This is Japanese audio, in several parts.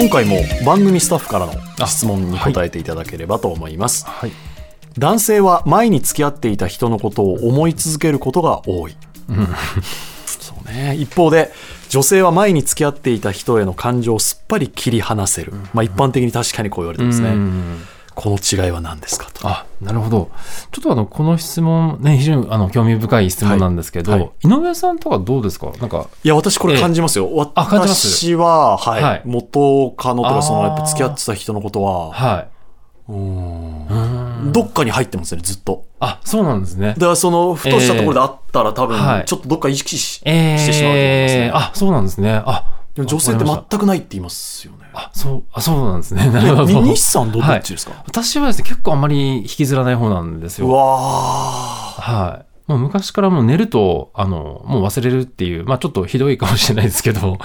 回も番組スタッフからの質問に答えていただければと思います、はい、男性は前に付き合っていた人のことを思い続けることが多い、そうね。一方で女性は前に付き合っていた人への感情をすっぱり切り離せる、一般的に確かにこう言われてますね。この違いは何ですかと。 なるほど。ちょっとこの質問ね、非常に興味深い質問なんですけど、井上さんとかどうですか？ いや、私これ感じますよ。 感じます。 私は、元カノとかやっぱ付き合ってた人のことは、どっかに入ってますね、ずっと。 そうなんですね。 だからそのふとしたところであったら多分ちょっとどっか意識してしまうと思いますね。 そうなんですね。 でも女性って全くないって言いますよね。 そうなんですね。なるほど。 西さんどっちですか？ 私はですね、結構あんまり引きずらない方なんですよ。もう昔からもう寝るともう忘れるっていう、ちょっとひどいかもしれないですけど。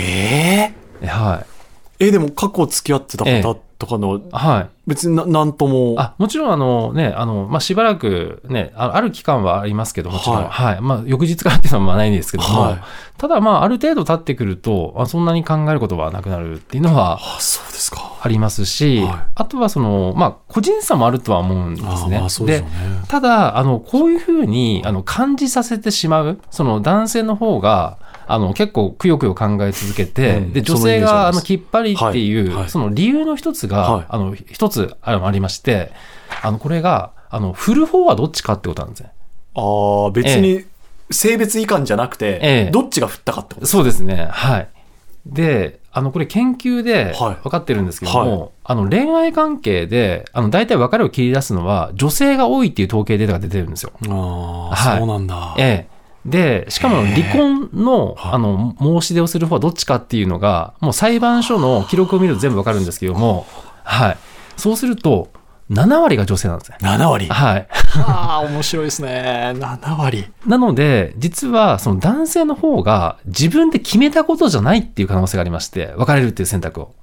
でも過去付き合ってた方とかの、別になんとも。 もちろんしばらくね、ある期間はありますけど、もちろん。翌日からっていうのはないんですけども、ただある程度経ってくると、そんなに考えることはなくなるっていうのは、ありますし、あとは個人差もあるとは思うんですね。で、ただ、こういうふうに感じさせてしまう、その男性の方が、結構くよくよ考え続けて、で女性がきっぱりっていう、その理由の一つが、一つありまして、これが振る方はどっちかってことなんですね。 別に性別以下じゃなくて、どっちが振ったかってことですか？ そうですね。でこれ研究で分かってるんですけども、恋愛関係で大体別れを切り出すのは女性が多いっていう統計データが出てるんですよ。 そうなんだ。 でしかも離婚の申し出をする方はどっちかっていうのがもう裁判所の記録を見ると全部わかるんですけども、そうすると7割が女性なんですね。 7割。面白いですね。7割。 なので実はその男性の方が自分で決めたことじゃないっていう可能性がありまして、別れるっていう選択を。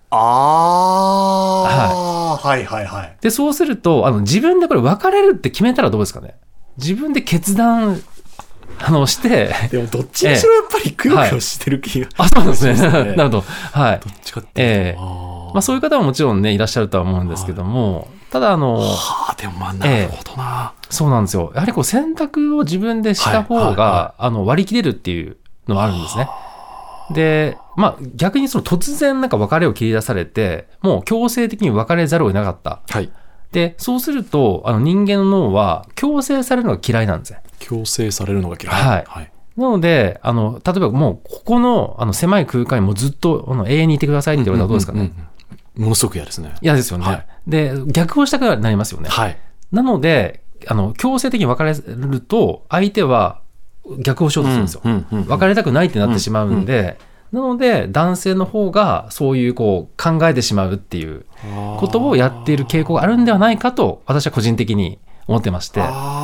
でそうすると自分でこれ別れるって決めたらどうですかね。自分で決断して、 でもどっちにしろやっぱりくよくよしてる気が、 そうですね。なるほど。どっちかっていうと、 そういう方ももちろんねいらっしゃるとは思うんですけども、ただでもなるほどな、 そうなんですよ。やはり選択を自分でした方が、割り切れるっていうのはあるんですね。で逆に突然別れを切り出されて、もう強制的に別れざるを得なかった。でそうすると人間の脳は強制されるのが嫌いなんですね。 強制されるのが嫌い。 なので例えばもうここの狭い空間にもうずっと永遠にいてくださいって言われたらどうですかね。 ものすごく嫌ですね。 嫌ですよね。で逆をしたくなりますよね。なので強制的に別れると相手は逆をしようとするんですよ。別れたくないってなってしまうんで、なので男性の方がそういう考えてしまうっていうことをやっている傾向があるんではないかと私は個人的に思ってまして、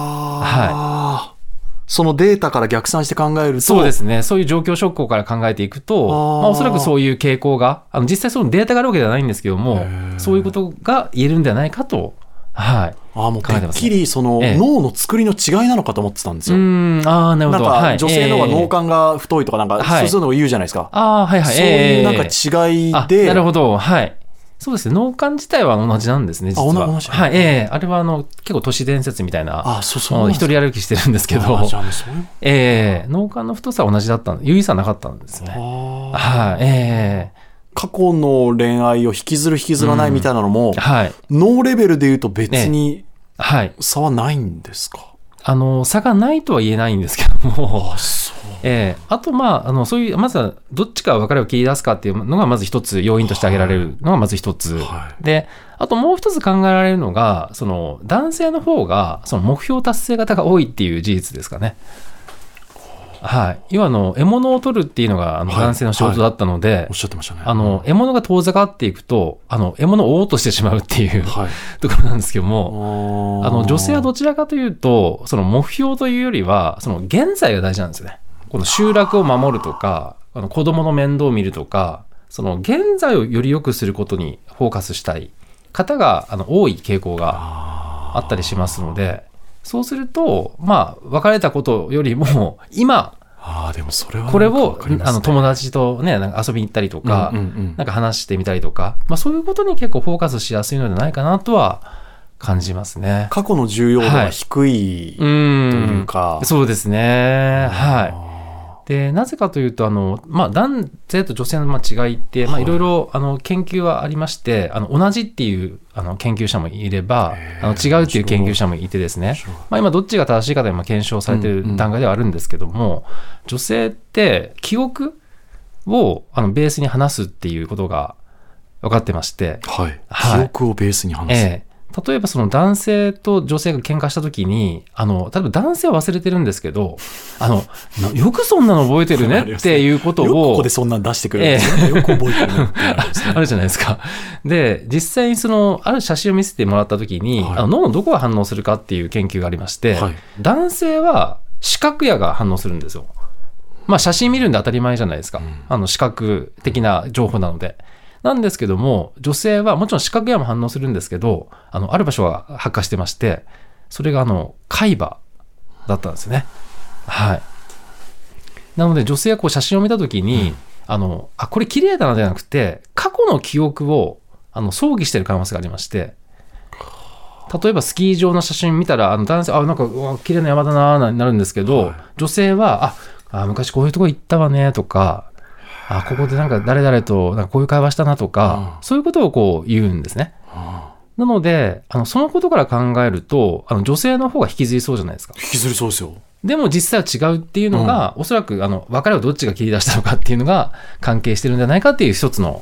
そのデータから逆算して考えると、 そうですね、そういう状況証拠から考えていくと、おそらくそういう傾向が実際そのデータがあるわけではないんですけども、そういうことが言えるんではないかと、 もうてっきりその脳の作りの違いなのかと思ってたんですよ。 なるほど。 女性の方が脳幹が太いとかそういうのを言うじゃないですか。そういう違いで。 なるほど。そうですね。脳幹自体は同じなんですね、実は。あれは結構都市伝説みたいな、一人歩きしてるんですけど、脳幹の太さは同じだった有意差なかったんですね。 過去の恋愛を引きずる引きずらないみたいなのも、脳レベルで言うと別に差はないんですか？ 差がないとは言えないんですけども、あとそういうまずはどっちか別れを切り出すかっていうのがまず一つ要因として挙げられるのがまず一つ、であともう一つ考えられるのがその男性の方がその目標達成型が多いっていう事実ですかね。要は獲物を取るっていうのが男性の仕事だったので、 おっしゃってましたね。 獲物が遠ざかっていくと獲物を追おうとしてしまうっていう、ところなんですけども、女性はどちらかというとその目標というよりはその現在が大事なんですよね。この集落を守るとか子供の面倒を見るとか、その現在をより良くすることにフォーカスしたい方が多い傾向があったりしますので、そうすると別れたことよりも今でもそれはこれを友達とね、なんか遊びに行ったりとか、なんか話してみたりとか、そういうことに結構フォーカスしやすいのではないかなとは感じますね。 過去の重要度が低いというか。 そうですね。はい。で、なぜかというと、男性と女性の違いって、いろいろ研究はありまして、同じっていう研究者もいれば、違うっていう研究者もいてですね、今どっちが正しいかで検証されている段階ではあるんですけども、女性って記憶をベースに話すっていうことが分かってまして、 記憶をベースに話す。 例えばその男性と女性が喧嘩したときに、例えば男性は忘れてるんですけど、よくそんなの覚えてるねっていうことを。よくここでそんなの出してくれるんですね。よく覚えてるねってあるじゃないですか。で、実際にある写真を見せてもらったときに、脳のどこが反応するかっていう研究がありまして、男性は視覚野が反応するんですよ。写真見るんで当たり前じゃないですか。視覚的な情報なので。なんですけども、女性はもちろん視覚野も反応するんですけど、ある場所が発火してまして、それが海馬だったんですね。はい。なので女性は写真を見たときに、これ綺麗だなじゃなくて、過去の記憶を葬儀している可能性がありまして、例えばスキー場の写真見たら、男性、なんか綺麗な山だなになるんですけど、女性は、昔こういうとこ行ったわねとか、ここでなんか誰々となんかこういう会話したなとか、そういうことを言うんですね。なので、そのことから考えると、女性の方が引きずりそうじゃないですか。 引きずりそうですよ。 でも実際は違うっていうのが、おそらく別れをどっちが切り出したのかっていうのが関係してるんじゃないかっていう一つの、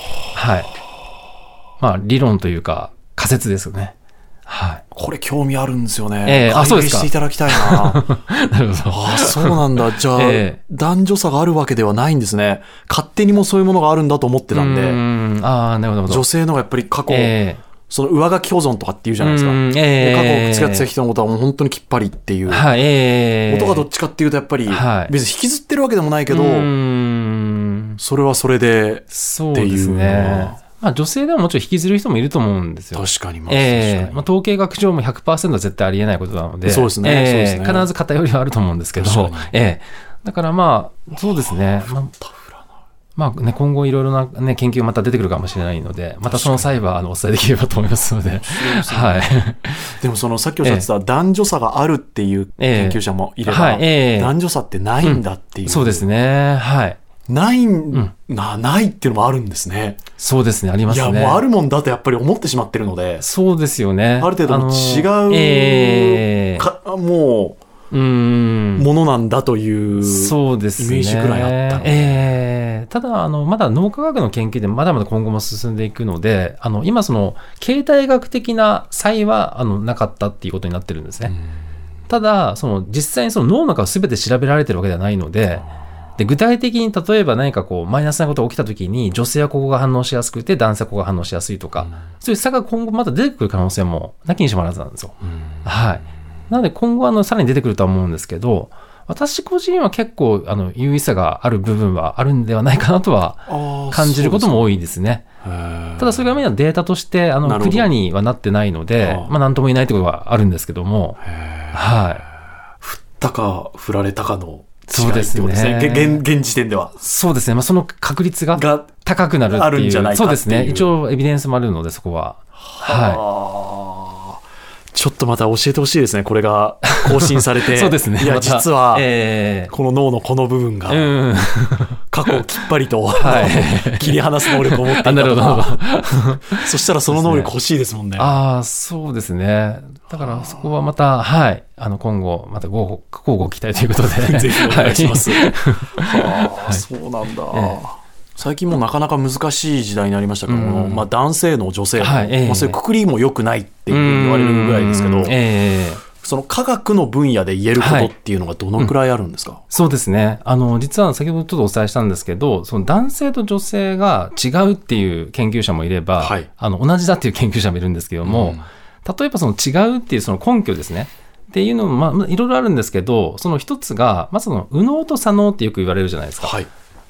理論というか仮説ですよね。 これ興味あるんですよね。 そうですか。 解明していただきたいな。 なるほど。 そうなんだ。じゃあ、男女差があるわけではないんですね。勝手にもそういうものがあるんだと思ってたんで。 なるほど。 女性のがやっぱり過去、その上書き保存とかっていうじゃないですか。過去付き合ってた人のことはもう本当にきっぱりっていう。元がどっちかっていうとやっぱり、別に引きずってるわけでもないけど、それはそれでっていう。 そうですね。女性でももちろん引きずる人もいると思うんですよ。 確かに。 統計学上も 100% は絶対ありえないことなので、 そうですね。 必ず偏りはあると思うんですけど、だからそうですね。今後いろいろな、研究がまた出てくるかもしれないので、またその際はお伝えできればと思いますので。 でもさっきおっしゃってた男女差があるっていう研究者もいれば、男女差ってないんだっていう。 そうですね。 ないっていうのもあるんですね。 そうですね、ありますね。 いや、もうあるもんだとやっぱり思ってしまってるので。 そうですよね。 ある程度違う、ものなんだというイメージぐらいあったので。 ただまだ脳科学の研究でまだまだ今後も進んでいくので、今形態学的な差異はなかったっていうことになってるんですね。ただ実際に脳の中を全て調べられてるわけではないので、具体的に例えば何かマイナスなことが起きたときに、女性はここが反応しやすくて男性はここが反応しやすいとか、そういう差が今後また出てくる可能性もなきにしもあらずなんですよ。なので今後さらに出てくるとは思うんですけど、私個人は結構優位さがある部分はあるんではないかなとは感じることも多いですね。ただそれが今データとしてクリアにはなってないので、何とも言えないところはあるんですけども、 振ったか振られたかのそうですね。 現時点では。 そうですね。その確率が高くなるっていう。 あるんじゃないかっていう。 そうですね。一応エビデンスもあるので、そこは。 ちょっとまた教えてほしいですね。これが更新されて。 そうですね。 いや、実は、この脳のこの部分が、過去をきっぱりと、切り離す能力を持っていたとか。そしたらその能力欲しいですもんね。 そうですね。だからそこはまた、今後、また交互期待ということで。 ぜひお願いします。そうなんだ。最近もなかなか難しい時代になりましたけど、男性の女性の、そういうくくりも良くないって言われるぐらいですけど、その科学の分野で言えることっていうのがどのくらいあるんですか？ そうですね。実は先ほどちょっとお伝えしたんですけど、その男性と女性が違うっていう研究者もいれば、同じだっていう研究者もいるんですけども、例えばその違うっていうその根拠ですね。っていうのもいろいろあるんですけど、その一つが、右脳と左脳ってよく言われるじゃないですか。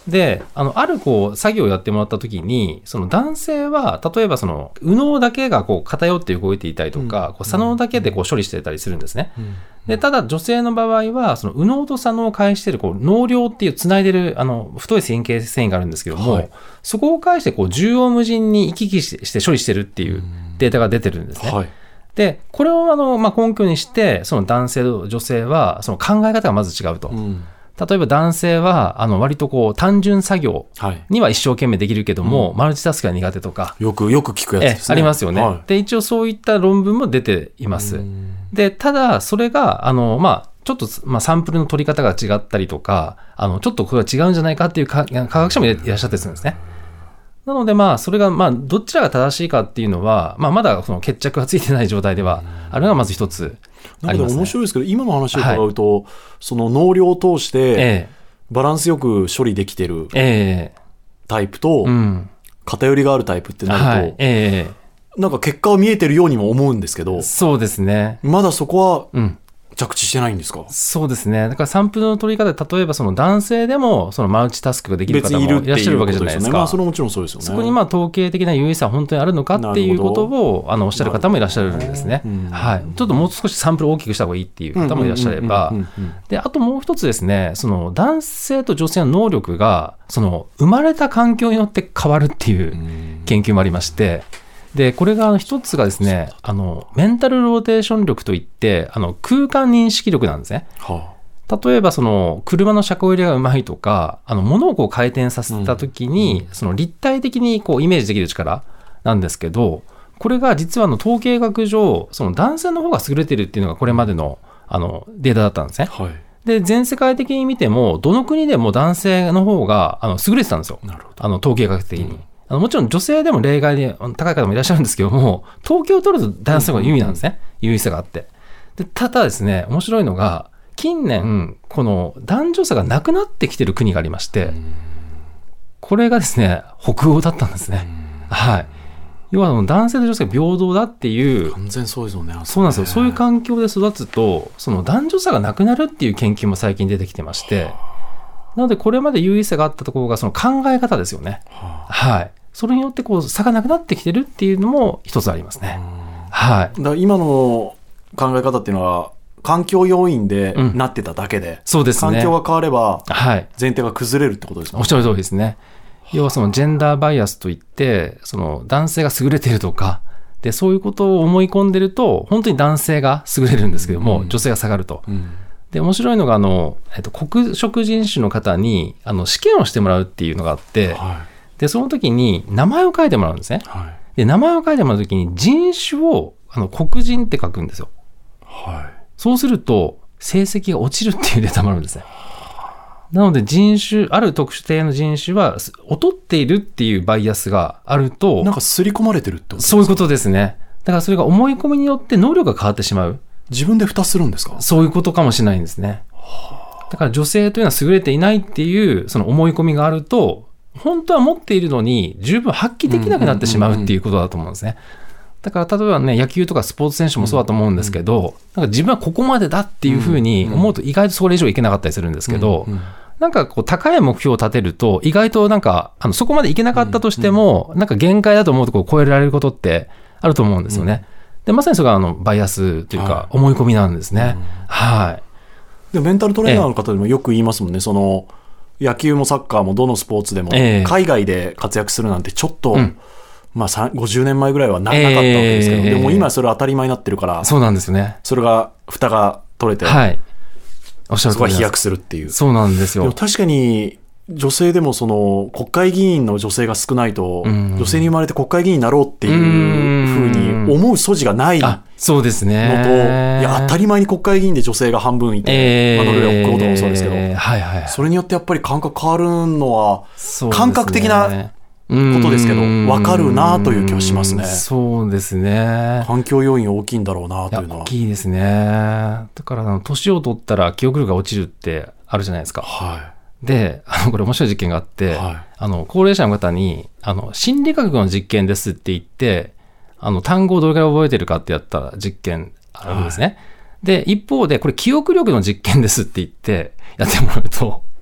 で、ある作業をやってもらった時に、その男性は、例えば右脳だけが偏って動いていたりとか、左脳だけで処理してたりするんですね。で、ただ女性の場合は、その右脳と左脳を介している脳梁っていう繋いでる、太い線形繊維があるんですけども、はい、そこを介して縦横無尽に行き来して処理してるっていうデータが出てるんですね。はい、で、これを根拠にして、その男性と女性は、その考え方がまず違うと。例えば男性は割と単純作業には一生懸命できるけども、マルチタスクが苦手とかよく聞くやつですね。 ありますよね。はい、で一応そういった論文も出ています。でただそれがちょっとサンプルの取り方が違ったりとかちょっとこれは違うんじゃないかっていう科学者もいらっしゃったりするんですね。なのでそれがどちらが正しいかっていうのはまだその決着がついてない状態ではあるのがまず一つありますね。 面白いですけど今の話を伺うと、はい、その脳梁を通してバランスよく処理できてるタイプと偏りがあるタイプってなると、なんか結果は見えてるようにも思うんですけど、 そうですね、 まだそこは着地してないんですか？ そうですね。だからサンプルの取り方で例えばその男性でもそのマルチタスクができる方もいらっしゃるわけじゃないですか。 それはもちろんそうですよね。 そこに統計的な優位さは本当にあるのかっていうことをおっしゃる方もいらっしゃるんですね。はい。ちょっともう少しサンプルを大きくした方がいいっていう方もいらっしゃれば、であともう一つですね、その男性と女性の能力がその生まれた環境によって変わるっていう研究もありまして。でこれが一つがですね、メンタルローテーション力といって空間認識力なんですね。例えばその車の車庫入れがうまいとか物を回転させた時に、その立体的にイメージできる力なんですけど、これが実は統計学上その男性の方が優れてるっていうのがこれまでのデータだったんですね。はい、で全世界的に見てもどの国でも男性の方が優れてたんですよ。統計学的に。もちろん女性でも例外で高い方もいらっしゃるんですけども、統計を取ると男性の方が優位なんですね。優位さがあって。でただですね、面白いのが近年この男女差がなくなってきてる国がありまして、これがですね北欧だったんですね。はい。要は男性と女性が平等だっていう、 完全そうですよね。 そうなんですよ。そういう環境で育つとその男女差がなくなるっていう研究も最近出てきてまして、なのでこれまで優位さがあったところがその考え方ですよね。はい。それによって差がなくなってきてるっていうのも一つありますね。はい。 だから今の考え方っていうのは環境要因でなってただけで、 そうですね。 環境が変われば前提が崩れるってことですか？ おっしゃる通りですね。要はそのジェンダーバイアスといってその男性が優れているとかでそういうことを思い込んでると本当に男性が優れるんですけども、女性が下がると。で面白いのが黒色人種の方に試験をしてもらうっていうのがあって、でその時に名前を書いてもらうんですね。で名前を書いてもらう時に人種を黒人って書くんですよ。そうすると成績が落ちるっていうデータもあるんですね。なのである特定の人種は劣っているっていうバイアスがあると、 なんか刷り込まれてるってことですか？ そういうことですね。だからそれが思い込みによって能力が変わってしまう。 自分で蓋するんですか？ そういうことかもしれないんですね。だから女性というのは優れていないっていうその思い込みがあると、本当は持っているのに十分発揮できなくなってしまうっていうことだと思うんですね。だから例えばね、野球とかスポーツ選手もそうだと思うんですけど、なんか自分はここまでだっていうふうに思うと意外とそれ以上いけなかったりするんですけど、なんか高い目標を立てると意外となんかそこまでいけなかったとしても、なんか限界だと思うところを超えられることってあると思うんですよね。でまさにそれがバイアスというか思い込みなんですね。はい。 でメンタルトレーナーの方でもよく言いますもんね。その野球もサッカーもどのスポーツでも海外で活躍するなんてちょっと、50年前ぐらいはなかったわけですけど、でも今それ当たり前になってるから、 そうなんですね。 それが蓋が取れて、 おっしゃるとおりです。 そこが飛躍するっていう。 そうなんですよ。 でも確かに女性でもその国会議員の女性が少ないと、女性に生まれて国会議員になろうっていうふうに思う素地がないのと、 そうですね。 いや当たり前に国会議員で女性が半分いて、ノルウェー国こともそうですけど、それによってやっぱり感覚変わるのは感覚的なことですけど分かるなという気はしますね。 そうですね。 環境要因大きいんだろうなというのは。 大きいですね。だから年を取ったら記憶力が落ちるってあるじゃないですか。でこれ面白い実験があって、高齢者の方に心理学の実験ですって言って単語をどれくらい覚えてるかってやった実験あるんですね。で一方でこれ記憶力の実験ですって言ってやってもらうと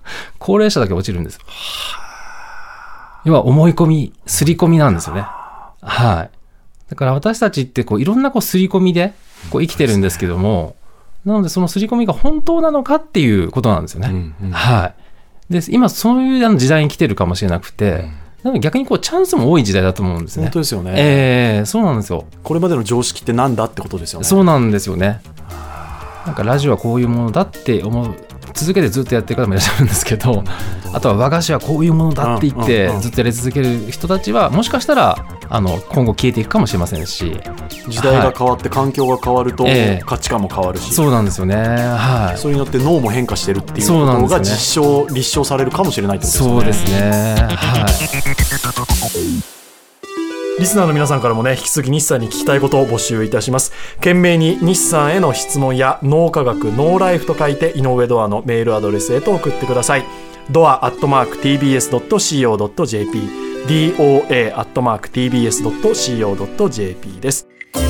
高齢者だけ落ちるんです。要は思い込み、刷り込みなんですよね。はい。だから私たちってこういろんなこう刷り込みでこう生きてるんですけども、なのでその刷り込みが本当なのかっていうことなんですよね。はい。で、今そういう時代に来てるかもしれなくて、なので逆にこうチャンスも多い時代だと思うんですね。 本当ですよね。 そうなんですよ。 これまでの常識ってなんだってことですよね。 そうなんですよね。なんかラジオはこういうものだって思う、続けてずっとやってる方もいらっしゃるんですけど、あとは和菓子はこういうものだって言ってずっとやり続ける人たちはもしかしたら今後消えていくかもしれませんし、 時代が変わって環境が変わると価値観も変わるし、 そうなんですよね。はい。 それによって脳も変化してるっていうことが立証されるかもしれないってことですね。 そうですね。はい。 リスナーの皆さんからもね、引き続き日産に聞きたいことを募集いたします。懸命に日産への質問や脳科学ノーライフと書いて井上ドアのメールアドレスへと送ってください。doa@tbs.co.jp doa@tbs.co.jp です。